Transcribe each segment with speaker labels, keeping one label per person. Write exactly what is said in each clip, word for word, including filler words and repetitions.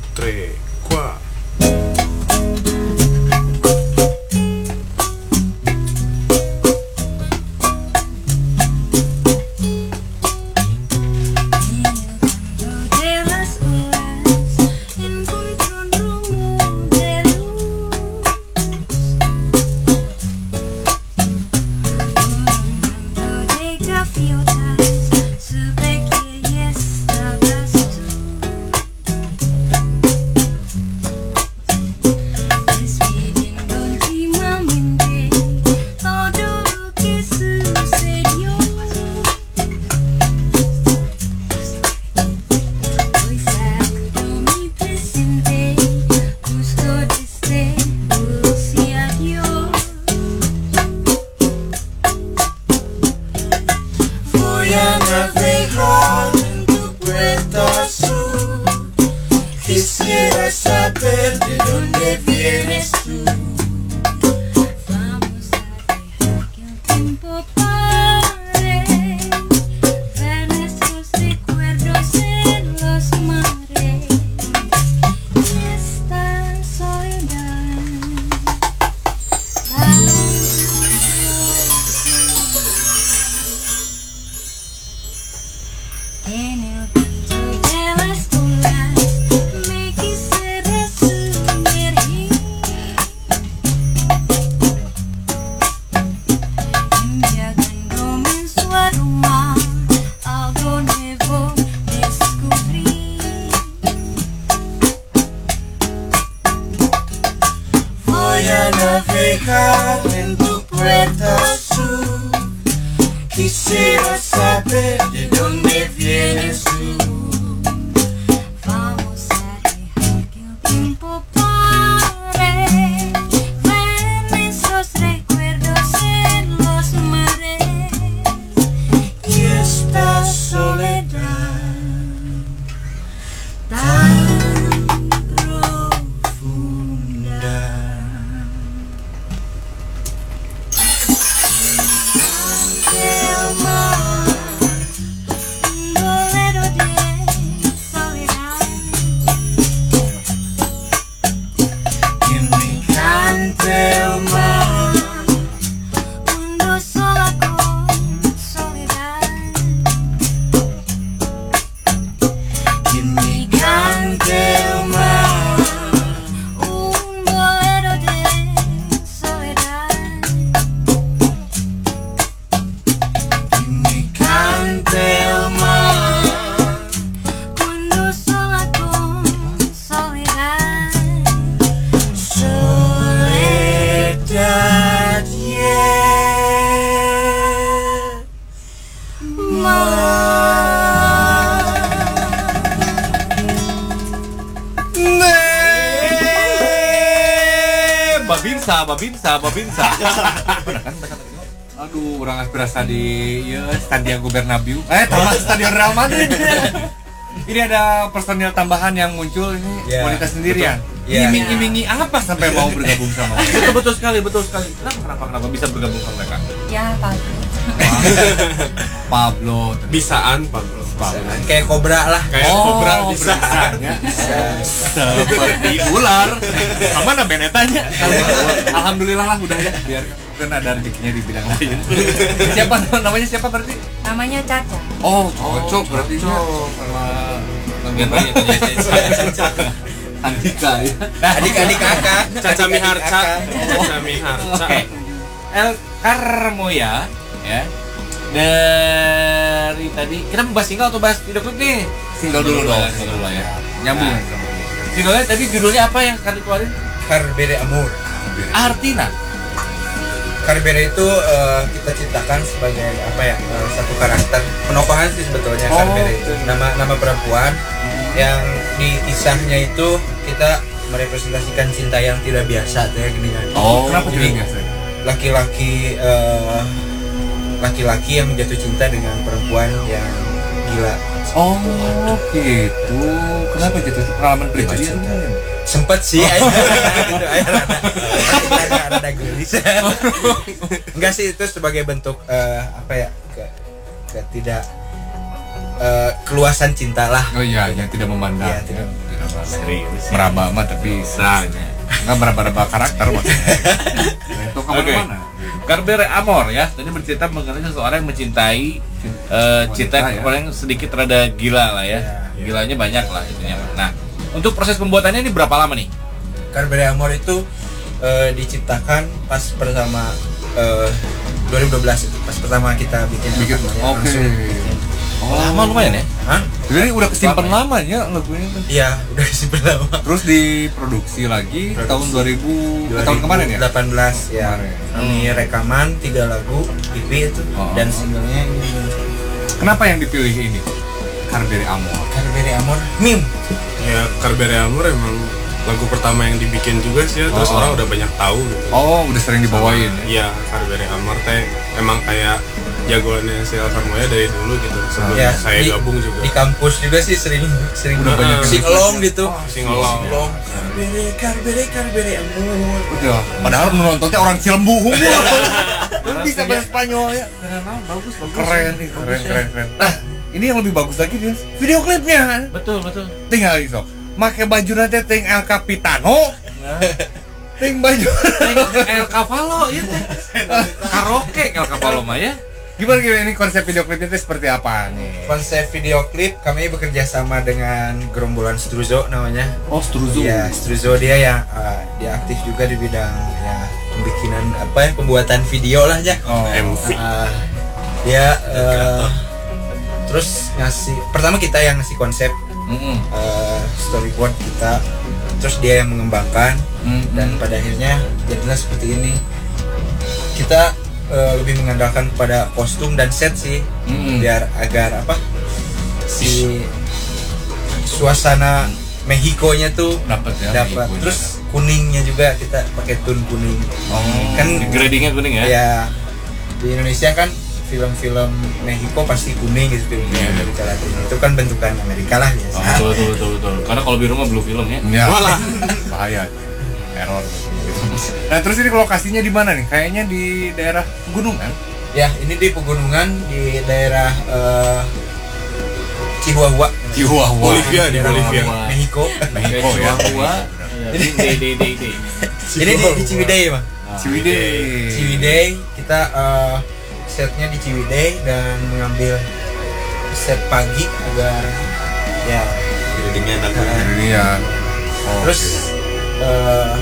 Speaker 1: tre, qua.
Speaker 2: Babinsa, Babinsa, Babinsa. Aduh, orang aspirasi di ya, Santiago Bernabeu. Eh, tambah Stadion Real Madrid. Ini ada personil tambahan yang muncul ini yeah, wanita sendirian. Yeah. Iming-imingi apa sampai mau bergabung sama mereka? Betul, betul sekali, betul sekali. Kenapa, kenapa, kenapa bisa bergabung sama mereka?
Speaker 3: Ya, Pablo.
Speaker 2: Pablo.
Speaker 1: Bisaan Pablo.
Speaker 2: Pablo.
Speaker 4: Kayak kobra lah.
Speaker 2: Kayak oh, kobra bisa. Seperti ular. Mana Benetanya? Alhamdulillah lah udah ya. Biar kan ada rezekinya di bidang lain. Siapa namanya siapa berarti?
Speaker 3: Namanya Caca.
Speaker 2: Oh, cocok berarti sama bagian bagian Andika ya.
Speaker 4: Nah, adik-adik kakak.
Speaker 1: Caca Miharca. Caca Miharca.
Speaker 2: Oke. El Carmoya ya. Dari tadi kita bahas single atau bahas video klip nih? Single dulu dong, single dulu ya. Nyambung. Singlenya tadi judulnya apa yang kali keluarin?
Speaker 4: Carbere Amor.
Speaker 2: Artinya
Speaker 4: Carbere itu uh, kita ciptakan sebagai apa ya? Uh, satu karakter penokohan sih sebetulnya. Oh. Carbere itu nama nama perempuan hmm. yang di kisahnya itu kita merepresentasikan cinta yang tidak biasa kayak gini kan.
Speaker 2: Oh, kenapa jadi biasa?
Speaker 4: Laki-laki uh, laki-laki yang jatuh cinta dengan perempuan yang gila.
Speaker 2: Oh, gitu. Kenapa jatuh pengalaman pribadi?
Speaker 4: Sempet sih, oh. Itu ada ada ada gelis. Enggak sih, itu sebagai bentuk uh, apa ya? Ke, ke tidak uh, keluasan cinta lah.
Speaker 2: Oh iya, yang tidak memandang.
Speaker 4: Ya, tidak.
Speaker 2: tidak serius meraba mah tapi
Speaker 1: Misalnya.
Speaker 2: nggak meraba-raba karakter maksudnya. Itu kamu
Speaker 5: Oke.
Speaker 2: mana?
Speaker 5: Carrere Amor ya, tadi bercerita mengenai seseorang yang mencintai eh, cinta
Speaker 2: Wanita, ya.
Speaker 5: paling sedikit rada gila lah ya. Gilanya banyak lah itunya. Nah, untuk proses pembuatannya ini berapa lama nih?
Speaker 4: Carrere Amor itu eh, diciptakan pas pertama eh, dua ribu dua belas itu pas pertama kita bikin
Speaker 2: Bikin.
Speaker 4: rekamannya
Speaker 2: Oke.
Speaker 4: langsung.
Speaker 5: Oh, lama lumayan ya?
Speaker 4: Hah?
Speaker 2: Jadi udah kesimpan lamanya lagunya tuh.
Speaker 4: Iya, udah disimpan lama.
Speaker 2: Terus diproduksi lagi
Speaker 4: Produksi.
Speaker 2: tahun dua ribu tahun kemarin ya?
Speaker 4: delapan belas ya.
Speaker 2: Kemarin.
Speaker 4: Kami rekaman tiga lagu E P itu
Speaker 2: Oh.
Speaker 4: dan singlenya ini.
Speaker 2: Kenapa yang dipilih ini? Carrere Amor.
Speaker 4: Carrere Amor meme.
Speaker 1: Ya Carrere Amor emang lagu pertama yang dibikin juga sih ya, terus
Speaker 2: Oh.
Speaker 1: orang udah banyak tahu gitu.
Speaker 2: Oh, udah sering dibawain ya?
Speaker 1: Iya, Carrere Amor teh emang kayak jagoannya si El Carmoya dari dulu gitu. Sebelum
Speaker 4: Ya,
Speaker 1: saya
Speaker 4: di-
Speaker 1: gabung juga.
Speaker 4: Di kampus juga sih sering sering
Speaker 2: Udah banyak
Speaker 4: sing
Speaker 2: yang
Speaker 4: along gitu.
Speaker 1: Sing along.
Speaker 4: Sing along. Carrere Carrere Carrere Amor.
Speaker 2: Udah. Padahal menontonnya orang Cilembu humor. Lu bisa bahasa Spanyol ya?
Speaker 5: Bagus, bagus.
Speaker 2: Keren nih, keren, keren, keren. Nah, ini yang lebih bagus lagi dia video klipnya.
Speaker 5: Betul, betul.
Speaker 2: Tinggal iso. Make baju nanti ting El Capitano. Ting baju.
Speaker 5: El Cavallo itu. Karaoke El Cavallo mah ya.
Speaker 2: Gimana gimana ini konsep video klipnya itu seperti apa nih?
Speaker 4: Konsep video klip kami bekerja sama dengan gerombolan Struzo namanya.
Speaker 2: Oh, Struzo.
Speaker 4: Ya, Struzo dia yang uh, dia aktif juga di bidang ya pembikinan apa ya pembuatan video lah ya.
Speaker 2: Oh.
Speaker 1: M V.
Speaker 4: Uh, dia uh, terus ngasih pertama kita yang ngasih konsep
Speaker 2: Mm-mm.
Speaker 4: uh, storyboard kita, terus dia yang mengembangkan
Speaker 2: Mm-mm.
Speaker 4: dan pada akhirnya jadilah seperti ini. Kita uh, lebih mengandalkan pada kostum dan set sih
Speaker 2: Mm-mm.
Speaker 4: biar agar apa si suasana Mexico-nya tuh
Speaker 2: dapat ya.
Speaker 4: dapat.
Speaker 2: Mexico-nya.
Speaker 4: Terus kuningnya juga kita pakai tone kuning.
Speaker 2: Oh.
Speaker 4: Kan
Speaker 5: Gradingnya kuning ya.
Speaker 4: ya di Indonesia kan film-film Mexico pasti kuning gitu filmnya
Speaker 2: Iya.
Speaker 4: Amerika Latin itu kan bentukan Amerika lah biasa.
Speaker 5: Oh, betul, betul, betul, betul. Karena kalau biru mah blue film ya.
Speaker 2: Ya.
Speaker 1: Malah.
Speaker 2: Bahaya. Error. Nah, terus ini lokasinya di mana nih? Kayaknya di daerah pegunungan.
Speaker 4: Ya ini di pegunungan di daerah eh, Chihuahua.
Speaker 2: Chihuahua.
Speaker 1: Bolivia, di
Speaker 4: Daerah
Speaker 1: Bolivia.
Speaker 4: Mexico.
Speaker 2: Mexico ya.
Speaker 5: Chihuahua. Ini D D D D.
Speaker 4: Ini di, di Ciwidey mah.
Speaker 2: Ciwidey.
Speaker 4: Ciwidey kita eh, setnya di Ciwidey dan mengambil set pagi agar ya
Speaker 1: Gradingnya enak.
Speaker 2: Ini ya. Oh,
Speaker 4: terus eh,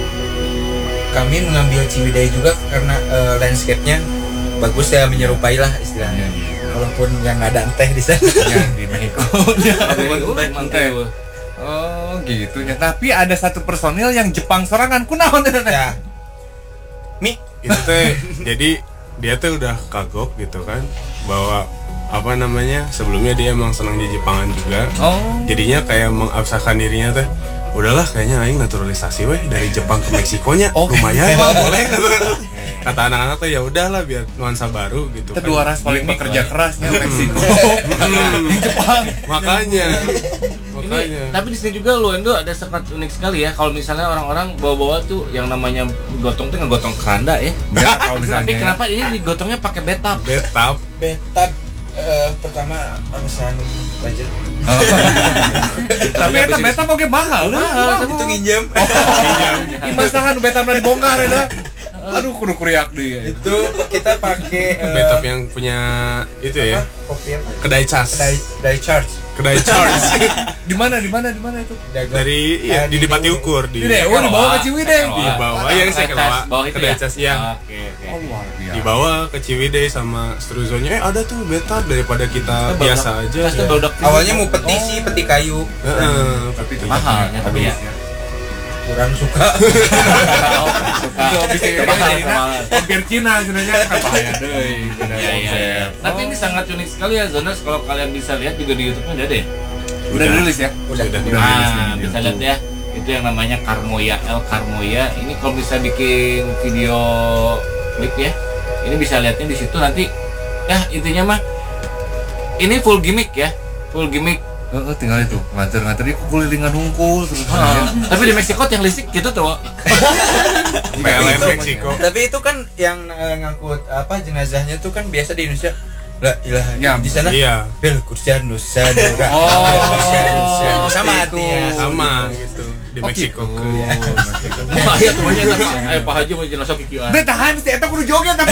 Speaker 4: kami mengambil Ciwidey juga karena eh, landscape-nya bagus ya menyerupai lah istilahnya. Walaupun yang nggak ada teh di sana.
Speaker 2: yang di Mexico.
Speaker 5: Mantai.
Speaker 2: Oh, gitu ya. Tapi ada satu personil yang Jepang sorangan kunaon teh.
Speaker 4: Ya. Mi
Speaker 1: Itu teh jadi dia tuh udah kagok gitu kan bahwa apa namanya sebelumnya dia emang senang di Jepangan juga.
Speaker 2: Oh.
Speaker 1: Jadinya kayak mengabsahkan dirinya teh udahlah kayaknya aing naturalisasi weh dari Jepang ke Meksikonya
Speaker 2: Oh.
Speaker 1: lumayan lah boleh kata anak-anak tuh ya udahlah biar nuansa baru gitu
Speaker 2: Itu dua ras paling
Speaker 5: Gimik
Speaker 2: bekerja
Speaker 5: lah ya.
Speaker 2: kerasnya Meksiko.
Speaker 1: Hmm.
Speaker 2: Jepang.
Speaker 1: makanya
Speaker 5: Ini,
Speaker 1: makanya
Speaker 5: tapi di sini juga lu Endo ada sangat unik sekali ya kalau misalnya orang-orang bawa-bawa tuh yang namanya gotong tuh ngegotong keranda ya.
Speaker 2: Ya, kalau misalnya.
Speaker 5: Tapi kenapa ini digotongnya pakai betap?
Speaker 1: betap
Speaker 4: betap eh, pertama alasan budget.
Speaker 2: Tapi eta beta oge mahal.
Speaker 5: Mahal,
Speaker 4: Itu nginjem.
Speaker 2: Imasahan beta mah dibongkar eta. Aduh, kudu kuriak deui.
Speaker 4: Itu kita pakai eh,
Speaker 1: betap yang punya itu ya
Speaker 4: kopi apa?
Speaker 1: kedai cas
Speaker 4: Kedai kedai charge.
Speaker 1: kedai charge
Speaker 2: Di mana? Di mana? Di mana itu?
Speaker 4: Dagang.
Speaker 1: dari
Speaker 4: Eh,
Speaker 1: iya, di
Speaker 4: di
Speaker 1: Dipati
Speaker 4: Dewa.
Speaker 1: Ukur di
Speaker 2: Di Dewa dibawa ke Ciwidey.
Speaker 1: di bawah ya saya
Speaker 5: Cas, bawah itu
Speaker 1: kedai
Speaker 5: ya?
Speaker 1: cas ya
Speaker 5: Oke, oke.
Speaker 2: Oh, luar biasa.
Speaker 1: dibawa ke Ciwidey sama Struzonya eh ada tuh betap daripada kita
Speaker 5: Itu
Speaker 1: biasa
Speaker 5: badak-
Speaker 1: aja
Speaker 5: Cas tuh
Speaker 1: ya.
Speaker 5: badak sini.
Speaker 4: Awalnya mau peti sih, peti kayu.
Speaker 1: Heeh,
Speaker 2: Tapi itu
Speaker 5: mahal ya, tapi ya.
Speaker 4: Kurang suka.
Speaker 2: Itu bisa
Speaker 5: Mahal,
Speaker 2: jadi
Speaker 5: mahal.
Speaker 2: hampir Cina sebenarnya kan bahaya deui.
Speaker 5: Iya, iya, iya. Tapi ini sangat unik sekali ya Zonas, kalau kalian bisa lihat juga di YouTube-nya ada deh.
Speaker 2: Udah dirilis ya?
Speaker 4: Udah.
Speaker 1: Udah.
Speaker 2: Udah rilis
Speaker 5: Nah,
Speaker 2: di
Speaker 5: bisa
Speaker 2: YouTube.
Speaker 5: lihat ya. Itu yang namanya Carmoya, El Carmoya. Ini kalau bisa bikin video klip ya, ini bisa lihatnya di situ nanti. Ya intinya mah ini full gimmick ya, full gimmick.
Speaker 2: Heeh, tinggal itu nganter-nganter di kulilingan hungkul terus.
Speaker 5: Ah, tapi di Meksiko yang listrik gitu tuh.
Speaker 1: P L N Meksiko
Speaker 4: Tapi itu kan yang eh, ngangkut apa jenazahnya tuh kan biasa di Indonesia La ilaha
Speaker 2: Ya,
Speaker 4: di sana.
Speaker 1: Iya.
Speaker 4: Bil kursian nusanura.
Speaker 2: Oh,
Speaker 4: sama
Speaker 2: gitu.
Speaker 4: artinya.
Speaker 1: Sama gitu di Meksiko.
Speaker 5: Wah, aya tuh nya eh Pak Haji mau jenazah kikieuan.
Speaker 2: Udah tahan si eta kudu joget apa.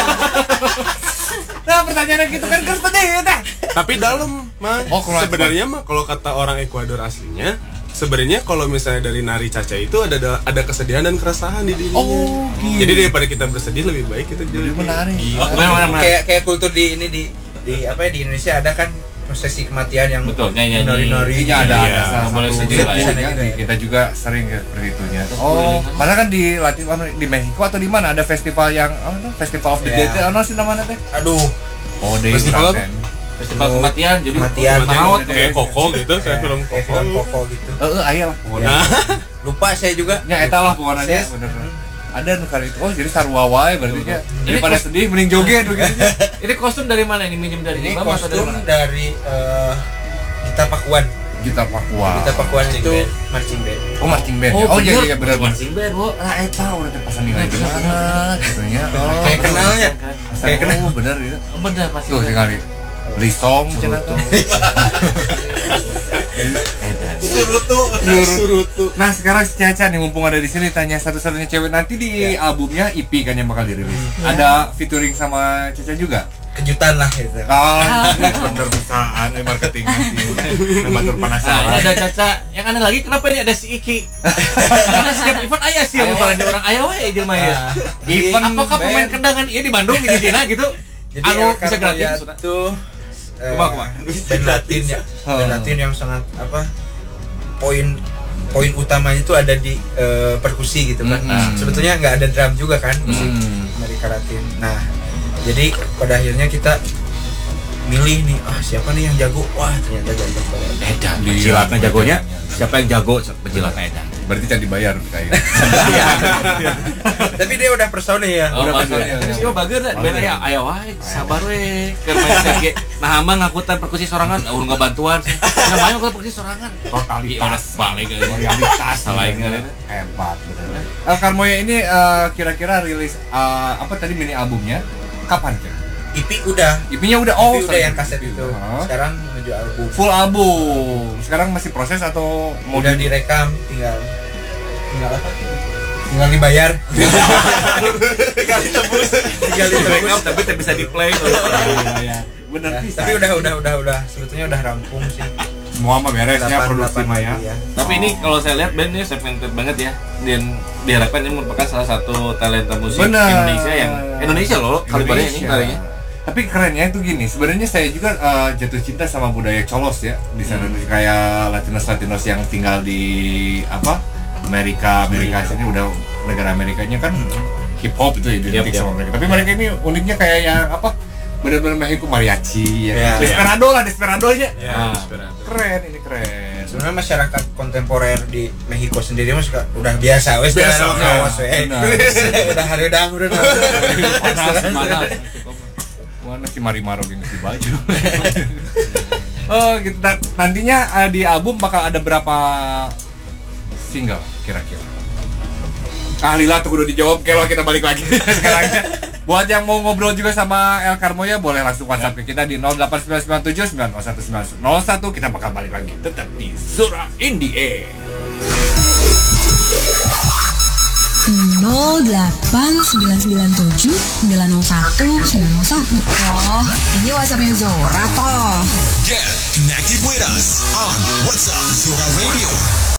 Speaker 2: Nah, pertanyaan gitu kan kan tadi eta.
Speaker 1: Tapi dalam mah
Speaker 2: Oh, kalau
Speaker 1: sebenarnya mah kalau kata orang Ekuador aslinya sebenarnya kalau misalnya dari nari caca itu ada ada kesedihan dan keresahan di dirinya.
Speaker 2: Oh, gitu.
Speaker 1: Jadi daripada kita bersedih lebih baik kita jadi
Speaker 2: menarik.
Speaker 5: Oh, benar benar.
Speaker 4: Kayak kayak kultur di ini di di apa ya di Indonesia ada kan prosesi kematian yang
Speaker 5: Betul, nyanyi-nyanyi.
Speaker 4: nori-nori.
Speaker 2: Iya ada
Speaker 1: Iya,
Speaker 2: ada salah
Speaker 5: boleh
Speaker 2: satu
Speaker 5: sedih lah ya.
Speaker 2: sukunya di- kita juga sering ke seperti itunya. Oh, malah kan di Latin di Meksiko atau di mana ada festival yang apa Festival of the
Speaker 4: Iya.
Speaker 2: Dead, apa sih namanya teh?
Speaker 4: Aduh,
Speaker 2: Oh, Day
Speaker 1: Festival apa?
Speaker 5: Festival kematian jadi
Speaker 4: Kematian.
Speaker 5: maut
Speaker 1: kayak Koko gitu, kayak film
Speaker 4: kayak
Speaker 1: Koko.
Speaker 4: film Koko gitu.
Speaker 2: Heeh, aya lah pokoknya.
Speaker 1: Nah,
Speaker 4: Lupa saya juga.
Speaker 2: Ya eta lah pokoknya
Speaker 4: Saya-
Speaker 2: bener. Ada nu kali itu. Oh, jadi sarua wae berarti nya.
Speaker 5: Ini
Speaker 2: Daripada
Speaker 5: kos-
Speaker 2: sedih mending joget begitu.
Speaker 5: ini kostum dari mana ini minjem dari
Speaker 4: Ini
Speaker 5: Imam atau dari
Speaker 4: kostum
Speaker 5: mana?
Speaker 4: dari eh, Gita Pakuan.
Speaker 2: Gitar Papua.
Speaker 4: Gita Pakuan
Speaker 5: Marching
Speaker 4: itu
Speaker 5: band.
Speaker 4: marching band.
Speaker 2: Oh, marching band.
Speaker 5: Oh,
Speaker 2: ya? Oh, iya
Speaker 5: bener.
Speaker 2: iya benar benar.
Speaker 5: Marching band, Bu.
Speaker 2: Nah, eta udah terpasang nilai di mana gitu nya. Oh,
Speaker 4: Kayak kenalnya.
Speaker 2: kayak kenal. Oh, bener ya.
Speaker 5: Oh, bener pasti.
Speaker 2: Tuh sekali. Beli song cenah tuh.
Speaker 4: Surutu.
Speaker 1: surutu.
Speaker 2: Nah sekarang si Caca nih mumpung ada di sini tanya satu-satunya cewek nanti di albumnya E P kan yang bakal dirilis. Ada featuring sama Caca juga.
Speaker 4: Kejutan lah gitu.
Speaker 2: Oh, bener bisaan eh marketingnya sih. Ngebatur
Speaker 5: Nah, ini
Speaker 2: penasaran.
Speaker 5: ada Caca. Yang aneh lagi kenapa ini ada si Iki? Karena setiap event aya sih yang bukan orang aya we jelema ya.
Speaker 2: Event
Speaker 5: Apakah pemain
Speaker 4: band.
Speaker 5: kendangan ieu di Bandung di Cina gitu?
Speaker 4: Jadi
Speaker 5: Anu
Speaker 4: El
Speaker 5: bisa gratis
Speaker 4: Carmoya
Speaker 5: sudah.
Speaker 4: itu eh,
Speaker 5: Kumaha, kumaha?
Speaker 4: band Latin ya. Band
Speaker 2: Hmm.
Speaker 4: Latin yang sangat apa? Poin poin utamanya itu ada di eh, perkusi gitu kan.
Speaker 2: Hmm.
Speaker 4: Sebetulnya nggak ada drum juga kan musik
Speaker 2: Hmm.
Speaker 4: Amerika Latin. Nah, jadi pada akhirnya kita milih nih, ah siapa nih yang jago? Wah, ternyata jago banget.
Speaker 5: Edan,
Speaker 2: Di-
Speaker 5: pencilatnya jagonya. Siapa yang jago pencilatnya Edan?
Speaker 2: Berarti can dibayar kayaknya.
Speaker 4: Tapi dia udah personil ya.
Speaker 5: Oh,
Speaker 2: Udah
Speaker 5: bagus.
Speaker 2: pasti, ya,
Speaker 5: Terus
Speaker 2: ya.
Speaker 5: yo bageun da, beda ya aya wae, sabar we. Keur main ge. Nah, mah ngakutan perkusi sorangan, urang bantuan. Namanya ngakutan perkusi sorangan. Totalitas balik ke realitas lain kan.
Speaker 2: Hebat bener. El Carmoya ini eh, kira-kira rilis eh, apa tadi mini albumnya kapan kira?
Speaker 4: I P udah.
Speaker 2: E P-nya udah
Speaker 4: I P
Speaker 2: oh
Speaker 4: udah yang kaset itu.
Speaker 2: Hah?
Speaker 4: Sekarang menuju album.
Speaker 2: Full album. Sekarang masih proses atau mau
Speaker 4: Udah direkam, tinggal tinggal apa? Tinggal dibayar. tinggal ditebus. Tinggal ditebus.
Speaker 5: Tapi tidak bisa di-play.
Speaker 2: bener
Speaker 4: Ya,
Speaker 2: bisa.
Speaker 4: tapi udah udah udah udah sebetulnya udah rampung sih.
Speaker 2: Semua mah beres ya
Speaker 4: Delapan-
Speaker 2: produksi
Speaker 4: delapan
Speaker 2: mah ya.
Speaker 4: lagi ya.
Speaker 5: Tapi ini kalau saya lihat bandnya segmented banget ya, dan diharapkan ini merupakan salah satu talenta musik
Speaker 2: Bener.
Speaker 5: Indonesia yang Indonesia loh kali baru ini
Speaker 2: Indonesia.
Speaker 5: kalinya.
Speaker 2: Tapi kerennya itu gini, sebenarnya saya juga eh, jatuh cinta sama budaya colos ya di sana kayak Latinos Latinos yang tinggal di apa Amerika Amerika sini udah negara Amerikanya kan hip hop itu identik
Speaker 5: Yap, yap.
Speaker 2: sama mereka. Tapi mereka ini uniknya kayak yang apa benar-benar Mexico mariachi ya.
Speaker 4: Ya.
Speaker 2: Desperado lah Desperadonya.
Speaker 1: Ya,
Speaker 5: Ah.
Speaker 2: Keren ini keren.
Speaker 4: Sebenarnya masyarakat kontemporer di Mexico sendiri mah suka udah biasa wes
Speaker 1: Biasa,
Speaker 4: udah
Speaker 2: ya.
Speaker 4: kawas we.
Speaker 2: Benar.
Speaker 4: Udah hareudang udah.
Speaker 5: Panas panas.
Speaker 2: Mana si Mari Maro yang ngasih baju. Oh gitu. Dan nantinya eh, di album bakal ada berapa single kira-kira? Ah Lila tuh udah dijawab, kalau kita balik lagi sekarang. Buat yang mau ngobrol juga sama El Carmoya boleh langsung WhatsApp ke kita di nol delapan sembilan sembilan tujuh sembilan nol satu sembilan nol satu. Kita bakal balik lagi tetap di Surah Indie.
Speaker 6: nol delapan sembilan sembilan tujuh sembilan nol satu sembilan nol satu. Oh, ini WhatsAppnya Zora toh.
Speaker 7: Get connected with us on WhatsApp Zora Radio.